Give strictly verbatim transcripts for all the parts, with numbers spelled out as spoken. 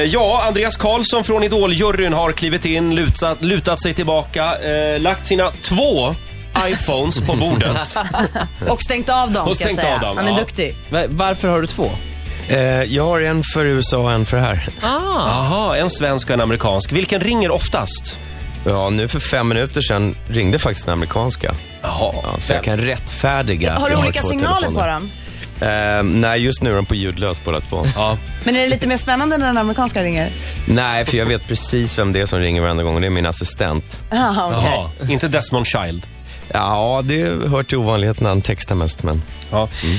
ja, Andreas Karlsson från Idol-juryn har klivit in, lutat, lutat sig tillbaka, eh, lagt sina två iPhones på bordet. Och stängt av dem, och ska jag stängt säga. av dem, Han är ja. duktig. Varför har du två? Eh, jag har en för U S A och en för här. Ah. Aha, en svensk och en amerikansk. Vilken ringer oftast? Ja, nu för fem minuter sedan ringde faktiskt den amerikanska. Jaha. Ja, så jag kan rättfärdiga att Har du jag olika två signaler telefoner. på dem? Eh, nej, just nu är de på ljudlös båda två. Ja. Men är det lite mer spännande när den amerikanska ringer? Nej, för jag vet precis vem det är som ringer varenda gång och det är min assistent. Jaha, okej. Jaha, inte Desmond Child. Ja, det hör till ovanligheten, han textar mest, men... Ja. Mm.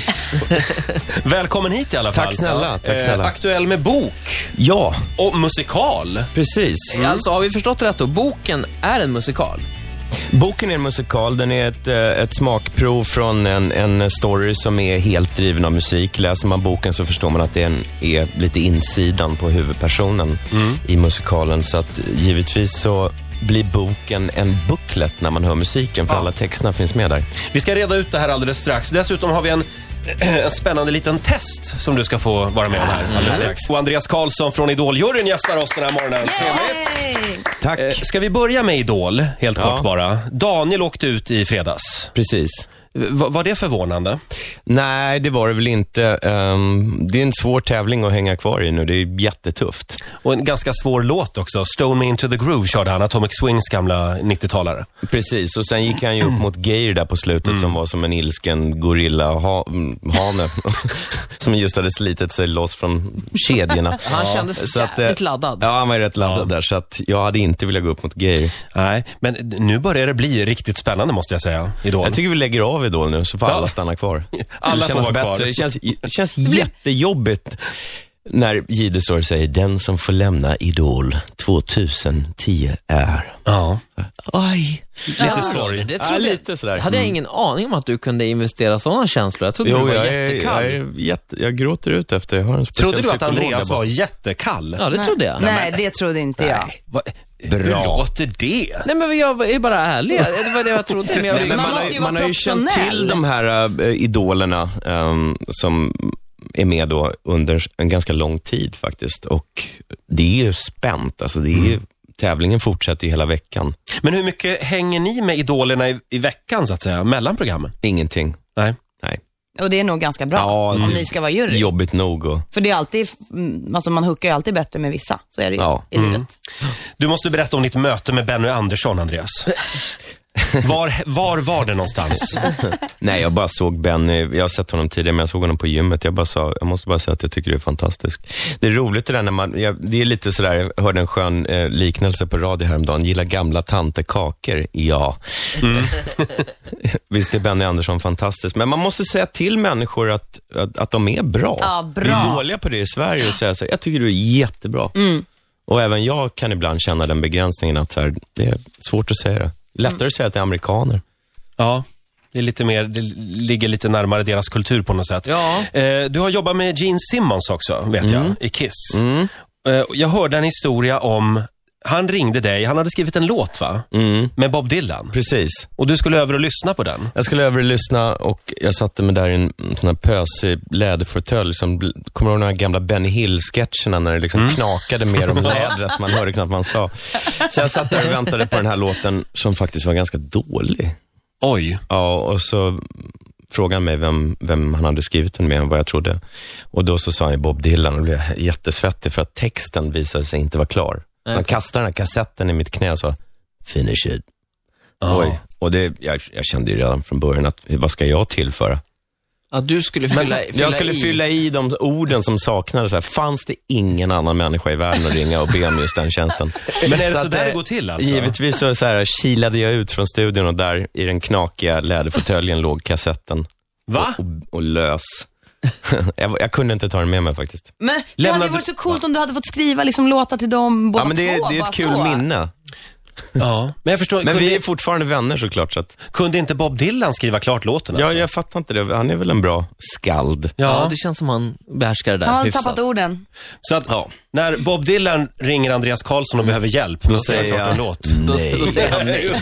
Välkommen hit i alla fall. Tack snälla, tack snälla. Eh, aktuell med bok Ja, och musikal. precis. Mm. Alltså, har vi förstått rätt då? Boken är en musikal. Boken är en musikal, den är ett, eh, ett smakprov från en, en story som är helt driven av musik. Läser man boken så förstår man att det är, en, är lite insidan på huvudpersonen Mm. i musikalen. Så att givetvis så blir boken en booklet när man hör musiken, för Ja. alla texterna finns med där. Vi ska reda ut det här alldeles strax. Dessutom har vi en, en spännande liten test som du ska få vara med om här alldeles strax. Och Andreas Karlsson från Idol-juryn gästar oss den här morgonen. Trevligt. Yay! Tack. Eh, ska vi börja med Idol, helt Ja. kort bara. Daniel åkte ut i fredags. Precis. V- var det förvånande? Nej, det var det väl inte. Ehm, det är en svår tävling att hänga kvar i nu. Det är jättetufft. Och en ganska svår låt också. Stone Me Into The Groove körde han, Atomic Swings gamla nittiotalare. Precis, och sen gick han ju upp mot Geir där på slutet som var som en ilsken gorilla-hane som just hade slitit sig loss från kedjorna. Han kändes Så att, eh, jävligt laddad. Ja, han var ju rätt laddad där, så att jag hade inte velat gå upp mot Geir. Nej, men nu börjar det bli riktigt spännande måste jag säga, Idol. Jag tycker vi lägger av Idol nu, så får Ja. alla stanna kvar. Alla det får känns vara kvar. bättre. Det känns, det känns jättejobbigt när Gidesår säger den som får lämna Idol tjugohundratio är. Ja. Oj. Lite sorg. Det Ja, trodde, lite sådär. hade jag Mm. ingen aning om att du kunde investera sådana känslor. Jag trodde Jo, du var jag är, jättekall. jag, är jätte, jag gråter ut efter. Jag har en speciell Trodde du att psykolog Andreas där bak. var jättekall? Ja, det trodde jag. Nej, det trodde inte jag. Nej. Va? Bra. Hur låter det? Nej, men jag är bara ärlig. Det var det jag trodde. Men jag Nej, vill... men Man man, måste har, ju man vara har ju känt professionell. till de här äh, idolerna ähm, som är med då under en ganska lång tid faktiskt. Och det är ju spänt. Alltså det är ju, tävlingen fortsätter ju hela veckan. Men hur mycket hänger ni med idolerna i, i veckan så att säga, mellan programmen? Ingenting. Nej. Nej. Och det är nog ganska bra Ja, om mm. ni ska vara jury. Jobbigt nog. Och, För det är alltid, mm, alltså man hookar ju alltid bättre med vissa. Så är det ju Ja. i livet. Du måste berätta om ditt möte med Benny Andersson, Andreas. Var, var var det någonstans? nej, jag bara såg Benny. Jag har sett honom tidigare, men jag såg honom på gymmet. Jag bara sa, jag måste bara säga att jag tycker det är fantastiskt. Det är roligt det där när man, jag, det är lite sådär, jag hörde en skön eh, liknelse på radio häromdagen. Gillar gamla tantekakor? Ja. Mm. Visst är Benny Andersson fantastisk. Men man måste säga till människor att, att, att de är bra. Ja, bra. Vi är dåliga på det i Sverige och säga så här, jag tycker du är jättebra. Mm. Och även jag kan ibland känna den begränsningen att så här, det är svårt att säga det. Lättare att säga att det är amerikaner. Ja, det är lite mer, det ligger lite närmare deras kultur på något sätt. Ja. Eh, du har jobbat med Gene Simmons också, vet jag, i Kiss. Mm. Eh, jag hörde en historia om, han ringde dig, han hade skrivit en låt va? Mm. Med Bob Dylan. Precis. Och du skulle över och lyssna på den. Jag skulle över och lyssna och jag satte mig där i en sån här pösig läderfåtölj som, bl- kommer du ihåg de här gamla Benny Hill-sketcherna när det liksom knakade mer om lädret, man hörde knappt vad man sa. Så jag satt där och väntade på den här låten som faktiskt var ganska dålig. Oj. Ja, och så frågade han mig vem, vem han hade skrivit den med och vad jag trodde. Och då så sa han Bob Dylan och blev jättesvettig för att texten visade sig inte vara klar. Så han kastade den här kassetten i mitt knä och sa finish it. Ja. Oj. Och det, jag, jag kände ju redan från början att vad ska jag tillföra? Att du skulle fylla, fylla Jag skulle i. fylla i de orden som saknades. Så här, fanns det ingen annan människa i världen att ringa och be om just den tjänsten? Men är det Så så att, där eh, det går till alltså? Givetvis så, så här, kilade jag ut från studion och där i den knakiga läderfåtöljen låg kassetten. Va? Och, och lös. jag, jag kunde inte ta den med mig faktiskt. Men det Lämnade hade ju varit så coolt om du hade fått skriva liksom låtar till dem båda Ja, men det, två. det är bara ett kul så. minne. Ja, men jag förstår... Men kunde, vi är fortfarande vänner såklart. Så att... kunde inte Bob Dylan skriva klart låten? Ja, Alltså? jag fattar inte det. Han är väl en bra skald. Ja, Ja, det känns som han behärskar det där Han har hyfsat. tappat orden. så att Ja. när Bob Dylan ringer Andreas Karlsson och behöver hjälp, då säger säger han klart en jag- låt. Då, då säger han nej.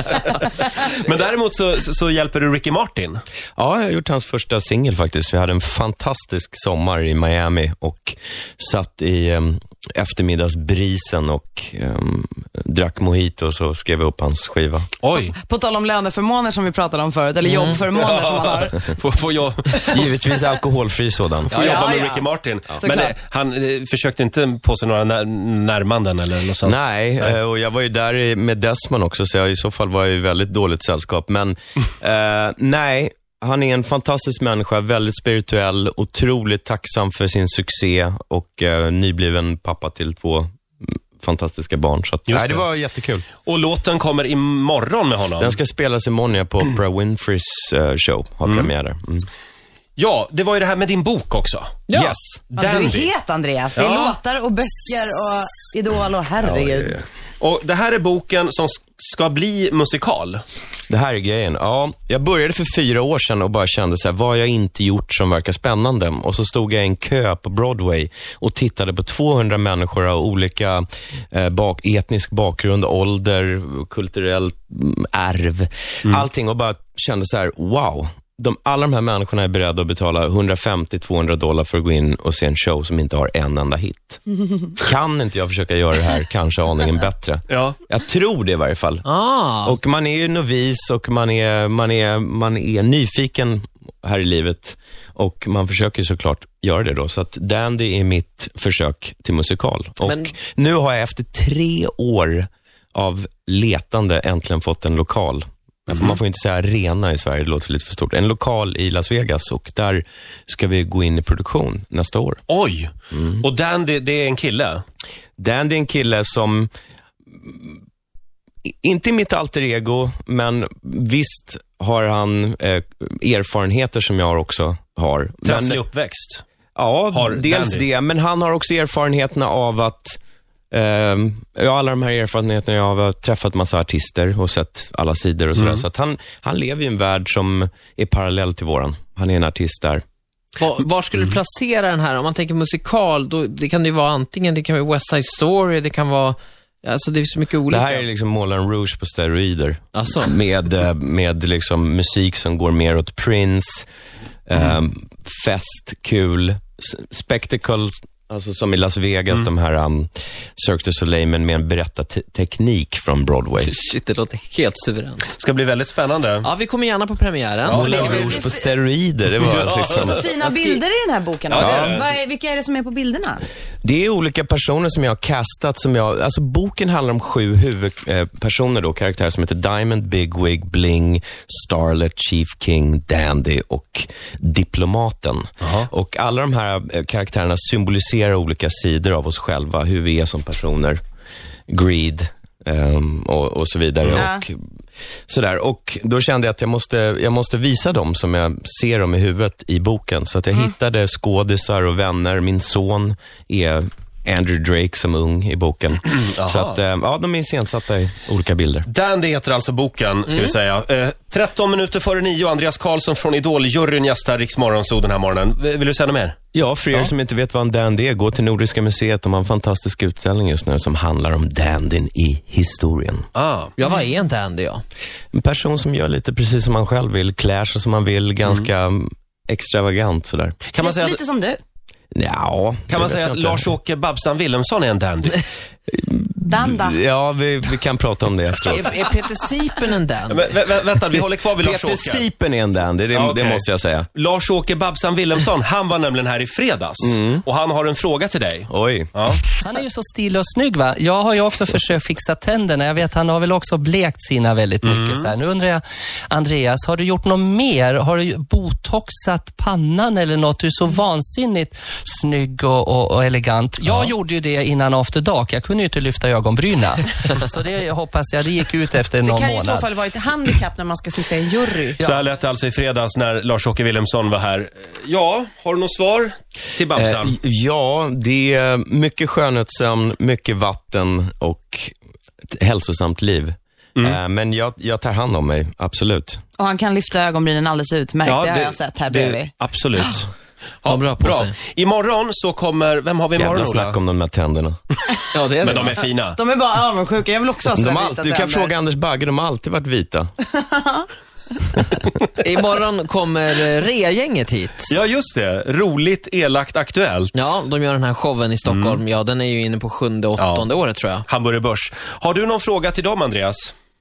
Men däremot så, så, så hjälper du Ricky Martin. Ja, jag har gjort hans första singel faktiskt. Vi hade en fantastisk sommar i Miami och satt i um, eftermiddagsbrisen och um, drack mojito och så skrev jag upp hans skiva. Oj, På tal om löneförmåner som vi pratade om förut, eller jobbförmåner som man har. får, får jag... Givetvis alkoholfri sådan. Får Ja, jobba med ja. Ricky Martin. Men Såklart. eh, han eh, försökte inte på sig några när, närmanden eller något sånt? Nej, eh, och jag var ju där i- med Desmond också, så jag, i så fall var jag i väldigt dåligt sällskap. Men eh, nej, han är en fantastisk människa, väldigt spirituell, otroligt tacksam för sin succé och eh, nybliven pappa till två mm, fantastiska barn. Så att, Just nej, det det. var jättekul. Och låten kommer imorgon med honom. Den ska spelas imorgon ja, på Oprah Winfreys eh, show, har premiär där. Mm. Ja, det var ju det här med din bok också. Yes. Ja, du är Dandy. het, Andreas. Det är Ja. låtar och böcker och Idol och herregud. Och det här är boken som s- ska bli musikal. Det här är grejen. Ja, jag började för fyra år sedan och bara kände så här, vad har jag inte gjort som verkar spännande? Och så stod jag i en kö på Broadway och tittade på tvåhundra människor av olika eh, bak, etnisk bakgrund, ålder, kulturellt mm, arv, allting och bara kände så här, wow. De, alla de här människorna är beredda att betala hundrafemtio till tvåhundra dollar för att gå in och se en show som inte har en enda hit. Kan inte jag försöka göra det här kanske aningen bättre? Ja. Jag tror det i varje fall. Ah, Och man är ju novis och man är, man är, man är nyfiken här i livet. Och man försöker ju såklart göra det då. Så att Dandy är mitt försök till musikal. Och Men- nu har jag efter tre år av letande äntligen fått en lokal. Mm. Man får inte säga arena i Sverige, det låter lite för stort. En lokal i Las Vegas och där ska vi gå in i produktion nästa år. Oj. Och Dandy, det är en kille. Dandy är en kille som, inte mitt alter ego, men visst har han eh, erfarenheter som jag också har. Trasslig Men, uppväxt. ja, har dels Dandy. det, men han har också erfarenheterna av att eh, ja, alla de här erfarenheterna jag har träffat massa artister och sett alla sidor och sådär. Mm. Så att han, han lever i en värld som är parallell till våran. Han är en artist där. var, var skulle du placera den här? Om man tänker musikal, då, det kan det ju vara antingen, det kan vara West Side Story, det kan vara, alltså det är så mycket Det olika. här är liksom Moulin Rouge på steroider. Alltså. Med, eh, med liksom musik som går mer åt Prince, eh, fest, kul, s- spectacle, alltså som i Las Vegas, de här um, Cirque du Soleil, men med en berättarteknik från Broadway. Shit, det låter helt suveränt. Ska bli väldigt spännande. Ja, vi kommer gärna på premiären. Ja, Moulin det- Rouge på steroider, det var Ja, liksom... Så fina bilder i den här boken Ja, också. det är det. Vad är, vilka är det som är på bilderna? Det är olika personer som jag har castat som jag, alltså boken handlar om sju huvudpersoner då, karaktärer som heter Diamond, Bigwig, Bling, Starlet, Chief King, Dandy och Diplomaten. Jaha. Och alla de här eh, karaktärerna symboliserar olika sidor av oss själva, hur vi är som personer. Greed ehm, och, och så vidare. Ja. Och sådär. Och då kände jag att jag måste, jag måste visa dem som jag ser dem i huvudet i boken. Så att jag hittade skådisar och vänner. Min son är Andrew Drake som ung i boken. Så att, eh, ja, de är iscensatta i olika bilder. Dandy heter alltså boken, ska vi säga. Eh, tretton minuter före nio, Andreas Karlsson från Idol-juryn gästar Rix Morgonzoo den här morgonen. V- Vill du säga något mer? Ja, för er Ja. som inte vet vad en dandy är, gå till Nordiska museet. De har en fantastisk utställning just nu som handlar om dandyn i historien. Ah. Ja, vad är en dandy, ja? En person som gör lite precis som man själv vill, klär sig som man vill, ganska mm. extravagant sådär. Kan man säga att, Lite som du. Ja, kan man det vet säga jag att inte. Lars-Åke Babsan Wilhelmsson är en dandy? Danda. Ja, vi, vi kan prata om det efteråt. Är, är Peter Sipen en dandy? Men, vä- vä- vänta, vi håller kvar vid Peter Lars-Åke. Sipen är en dandy, det, Ja, okej. det måste jag säga. Lars-Åke Babsan Wilhelmsson, han var nämligen här i fredags. Och han har en fråga till dig. Oj. Ja. Han är ju så stilig och snygg, va? Jag har ju också försökt fixa tänderna. Jag vet, han har väl också blekt sina väldigt mycket. Så här. Nu undrar jag, Andreas, har du gjort något mer? Har du botoxat pannan eller något? Du är så vansinnigt snygg och, och, och elegant. Jag gjorde ju det innan After Dark. Jag kunde ju inte lyfta ögonbryna. Så det hoppas jag, det gick ut efter Det någon kan ju i så månad. fall vara ett handikapp när man ska sitta i en jury. Så här lät det alltså i fredags när Lars-Åke Wilhelmsson var här. Ja, har du något svar till Babsan? Eh, ja, det är mycket skönhetssömn, mycket vatten och ett hälsosamt liv. Mm. Uh, men jag, jag tar hand om mig, absolut. Och han kan lyfta ögonbrynen alldeles utmärkt. Ja, det, det har jag sett här bredvid. Absolut. Ja, bra på bra. sig. Imorgon så kommer, vem har vi imorgon? Jävla snack om de här tänderna. Ja, det är Men det. de är fina. De är bara avundsjuka. Jag vill också ha sådana vita Du kan tänder. fråga Anders Bagge, de har alltid varit vita. Imorgon kommer Rea-gänget hit. Ja, just det. Roligt, elakt, aktuellt. Ja, de gör den här showen i Stockholm. Mm. Ja, den är ju inne på sjunde, åttonde ja. året tror jag. Hamburger Börs. Har du någon fråga till dem, Andreas?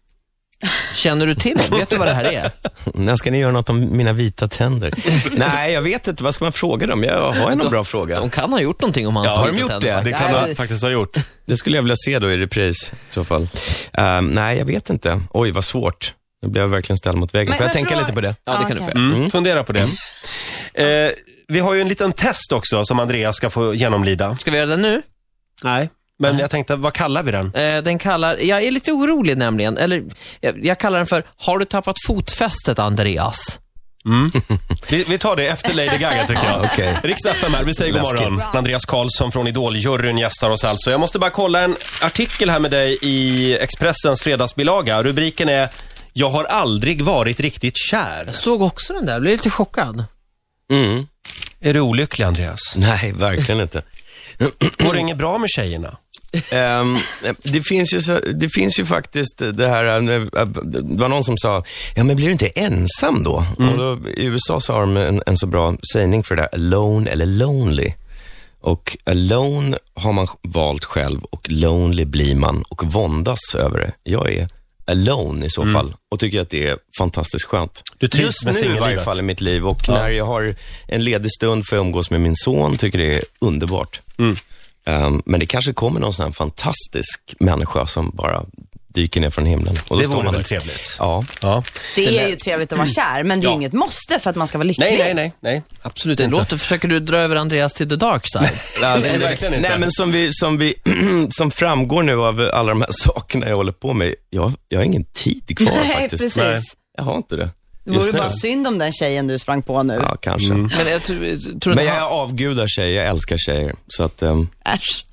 Känner du till det? Vet du vad det här är? När ska ni göra något om mina vita tänder? Nej, jag vet inte. Vad ska man fråga dem? Jag har en de, bra fråga. De kan ha gjort någonting om hans ja, vita har de gjort tänder. Det? Det kan nej, de faktiskt ha gjort. Det skulle jag vilja se då i repris i så fall. Um, nej, jag vet inte. Oj, vad svårt. Nu blir jag verkligen ställd mot väggen. Men, Får jag men tänka frå... lite på det? Ja, det kan okay. du få. Mm, mm. Fundera på det. Eh, vi har ju en liten test också som Andreas ska få genomlida. Ska vi göra den nu? Nej. Men jag tänkte, vad kallar vi den? Eh, den kallar, jag är lite orolig nämligen, eller jag, jag kallar den för, har du tappat fotfästet, Andreas? Mm. vi, vi tar det efter Lady Gaga tycker jag. Okay. Riks F M här, vi säger god morgon. Andreas Karlsson från Idol-juryn gästar oss alltså. Jag måste bara kolla en artikel här med dig i Expressens fredagsbilaga. Rubriken är Jag har aldrig varit riktigt kär. Jag såg också den där, jag blev lite chockad. Mm. Är du olycklig, Andreas? Nej, verkligen inte. Går det inget bra med tjejerna? Um, det, finns ju så, det finns ju faktiskt det här, det var någon som sa, ja men blir du inte ensam då? Mm. Och då i U S A så har de en, en så bra sägning för det där, alone eller lonely. Och alone har man valt själv och lonely blir man och våndas över det. Jag är alone i så mm. fall och tycker att det är fantastiskt skönt. Du trivs just med nu i varje fall i mitt liv och ja. när jag har en ledig stund för att umgås med min son tycker det är underbart. Mm. Um, men det kanske kommer någon sån här fantastisk människa som bara dyker ner från himlen. Och då det står vore man väl där. Trevligt. Ja. ja. Det är ju trevligt att vara kär, men det är ja. inget måste för att man ska vara lycklig. Nej, nej, nej. nej. Absolut det inte. Låter, försöker du dra över Andreas till the dark side? alltså, nej, verkligen inte. Nej, men som, vi, som, vi, som framgår nu av alla de här sakerna jag håller på med, jag, jag har ingen tid kvar nej, faktiskt. Precis. Nej, jag har inte det. Det vore bara synd om den tjejen du sprang på nu. Ja, kanske. Mm. Men jag, tror, tror men jag har... avgudar tjejer, jag älskar tjejer. Så att... Um... Äsch.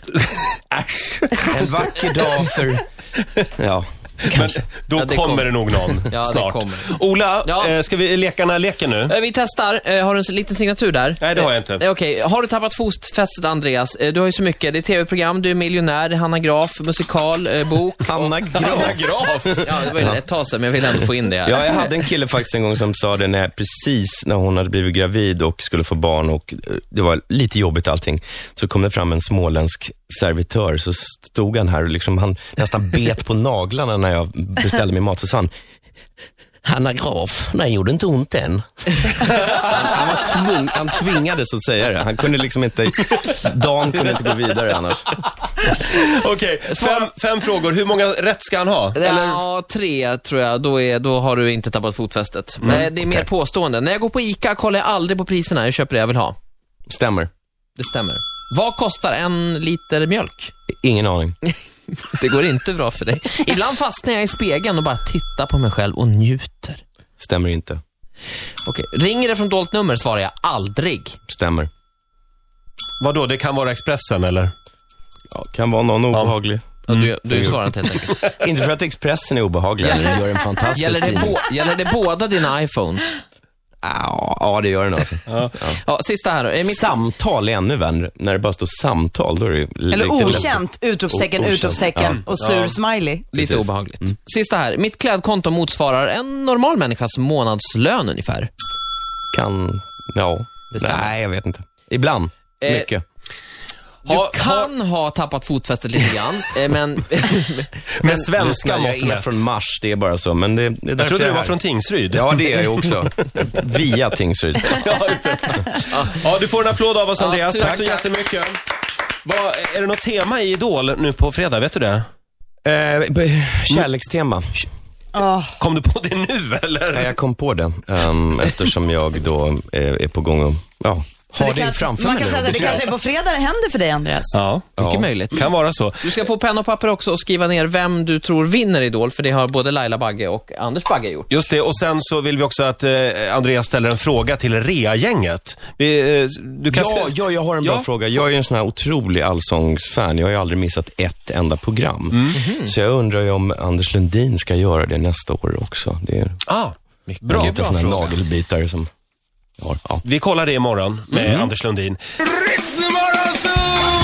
Äsch. En vacker dag för... Ja, kanske. Men då ja, det kommer kom. det nog någon ja, snart. Det kommer. Ola, ja. eh, ska vi leka den här leken nu? Eh, vi testar. Eh, har du en liten signatur där? Nej, det har jag inte. Eh, Okej, okay. Har du tappat fotfästet, Andreas? Eh, du har ju så mycket. Det är tv-program, du är miljonär, det är Hanna Graf, musikal, eh, bok. Hanna Graf? Hanna Graf? Ja, det var ju ett tag sedan, men jag vill ändå få in det här. Ja, jag hade en kille faktiskt en gång som sa det när, precis när hon hade blivit gravid och skulle få barn och det var lite jobbigt allting. Så kom det fram en småländsk servitör, så stod han här och liksom, han nästan bet på naglarna när jag beställde min mat, så sa han, Hanna Graf, nej, gjorde inte ont än. han, han var tvung, han tvingades att säga det. Han kunde liksom inte, Dan kunde inte gå vidare annars. Okej, okay. fem, fem frågor. Hur många rätt ska han ha? Eller? Ja, tre tror jag. Då, är, då har du inte tappat fotfästet. Mm, Men det är mer okay. påstående. När jag går på ICA kollar jag aldrig på priserna. Jag köper det jag vill ha. Stämmer. Det stämmer. Vad kostar en liter mjölk? Ingen aning. Det går inte bra för dig. Ibland fastnar jag i spegeln och bara tittar på mig själv och njuter. Stämmer inte. Okej, ringer det från dolt nummer svarar jag aldrig. Stämmer. Vadå, det kan vara Expressen eller? Ja, kan vara någon obehaglig. Ja, du, du svarar inte helt enkelt. Inte för att Expressen är obehaglig, ja. Den gör en fantastisk gäller det, tidning. bo- gäller det båda dina iPhones? Ja, ja, det gör den alltså. Ja. Ja. Ja, sista här då. Är mitt... Samtal är ännu värre. När det bara står samtal, då är det... Eller okänt, utropstecken, utropstecken ja. och sur ja. smiley. Lite Precis. obehagligt. Mm. Sista här. Mitt klädkonto motsvarar en normal människas månadslön ungefär. Kan... Ja. Nej, jag vet inte. Ibland. Eh, Mycket. Du ha, kan ha... ha tappat fotfästet lite grann, men... men svenska mått Jag är från Mars, det är bara så. Men det, det är jag trodde jag du var från Tingsryd. Ja, det är jag ju också. Via Tingsryd. Ja, just det. Ja, du får en applåd av oss, Andreas. Ja, tack så jättemycket. Vad, är det något tema i Idol nu på fredag, vet du det? Eh, kärlekstema. Oh. Kom du på det nu, eller? Ja, jag kom på det. Um, eftersom jag då är, är på gång och... Ja. Så har det det kan, framför man mig kan nu. säga att det kanske är på fredag det händer för dig, Andreas. Ja, Mycket Ja. möjligt. kan vara så. Du ska få penna och papper också och skriva ner vem du tror vinner Idol, för det har både Laila Bagge och Anders Bagge gjort. Just det, och sen så vill vi också att eh, Andreas ställer en fråga till Rea-gänget. Vi, eh, du kan Ja, se- ja, jag har en bra Ja. fråga. Jag är ju en sån här otrolig allsångsfan. Jag har ju aldrig missat ett enda program. Så jag undrar ju om Anders Lundin ska göra det nästa år också. Det är Ah, bra. lite såna här nagelbitar som jag har. Ja. Vi kollar det imorgon med Anders Lundin. Ritzmorgonzoo!